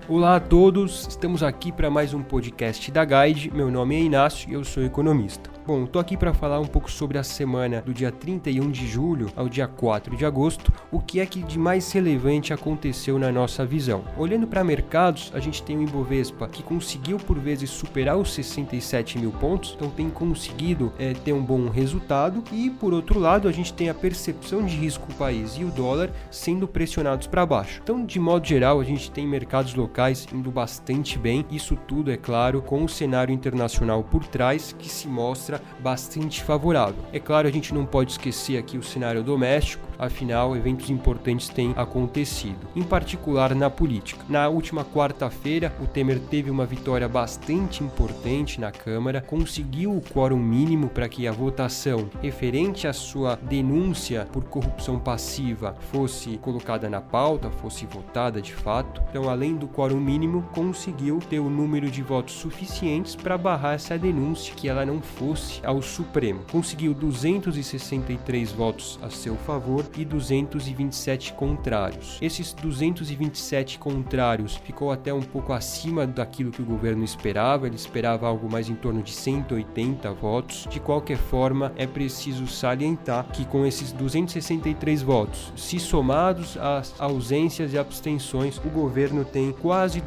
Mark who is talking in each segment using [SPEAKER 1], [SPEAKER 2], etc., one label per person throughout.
[SPEAKER 1] Olá a todos, estamos aqui para mais um podcast da Guide. Meu nome é Inácio e eu sou economista. Bom, estou aqui para falar um pouco sobre a semana do dia 31 de julho ao dia 4 de agosto, o que é que de mais relevante aconteceu na nossa visão. Olhando para mercados, a gente tem o Ibovespa que conseguiu por vezes superar os 67 mil pontos, então tem conseguido ter um bom resultado, e por outro lado a gente tem a percepção de risco do país e o dólar sendo pressionados para baixo. Então, de modo geral, a gente tem mercados locais indo bastante bem, isso tudo, é claro, com o cenário internacional por trás que se mostra bastante favorável. É claro, a gente não pode esquecer aqui o cenário doméstico, afinal, eventos importantes têm acontecido, em particular na política. Na última quarta-feira, o Temer teve uma vitória bastante importante na Câmara, conseguiu o quórum mínimo para que a votação referente à sua denúncia por corrupção passiva fosse colocada na pauta, fosse votada de fato. Então, além do quórum mínimo, conseguiu ter o número de votos suficientes para barrar essa denúncia, que ela não fosse ao Supremo. Conseguiu 263 votos a seu favor e 227 contrários. Esses 227 contrários ficou até um pouco acima daquilo que o governo esperava, ele esperava algo mais em torno de 180 votos. De qualquer forma, é preciso salientar que com esses 263 votos, se somados às ausências e abstenções, o governo tem quase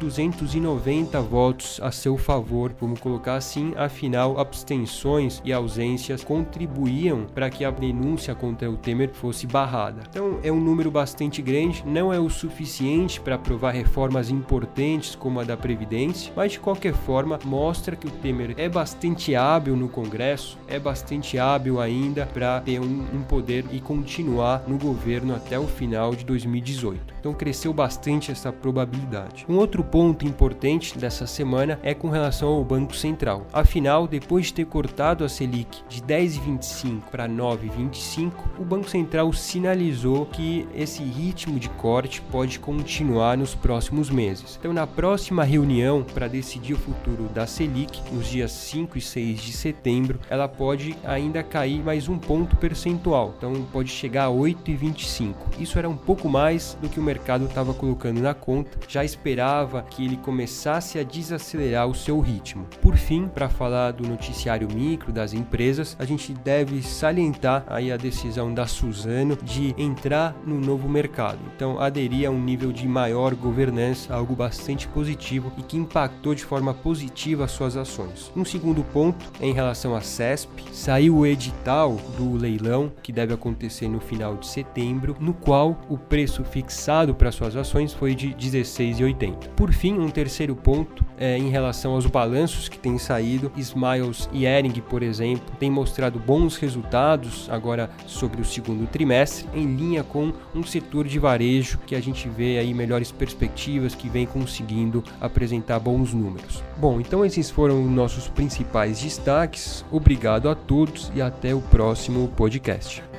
[SPEAKER 1] 290 votos a seu favor, vamos colocar assim, afinal, abstenções e ausências contribuíam para que a denúncia contra o Temer fosse barrada. Então é um número bastante grande, não é o suficiente para aprovar reformas importantes como a da Previdência, mas de qualquer forma mostra que o Temer é bastante hábil no Congresso, é bastante hábil ainda para ter um poder e continuar no governo até o final de 2018. Então cresceu bastante essa probabilidade. Um outro ponto importante dessa semana é com relação ao Banco Central. Afinal, depois de ter cortado a Selic de 10,25 para 9,25, o Banco Central sinalizou que esse ritmo de corte pode continuar nos próximos meses. Então, na próxima reunião para decidir o futuro da Selic, nos dias 5 e 6 de setembro, ela pode ainda cair mais um ponto percentual. Então, pode chegar a 8,25. Isso era um pouco mais do que o mercado estava colocando na conta. Já esperava que ele começasse a desacelerar o seu ritmo. Por fim, para falar do noticiário micro das empresas, a gente deve salientar aí a decisão da Suzano de entrar no novo mercado. Então, aderir a um nível de maior governança, algo bastante positivo e que impactou de forma positiva as suas ações. Um segundo ponto é em relação à CESP. Saiu o edital do leilão, que deve acontecer no final de setembro, no qual o preço fixado para suas ações foi de R$ 16,80. Por fim, um terceiro ponto é em relação aos balanços que têm saído. Smiles e Hering, por exemplo, têm mostrado bons resultados agora sobre o segundo trimestre, em linha com um setor de varejo que a gente vê aí melhores perspectivas, que vem conseguindo apresentar bons números. Bom, então esses foram os nossos principais destaques. Obrigado a todos e até o próximo podcast.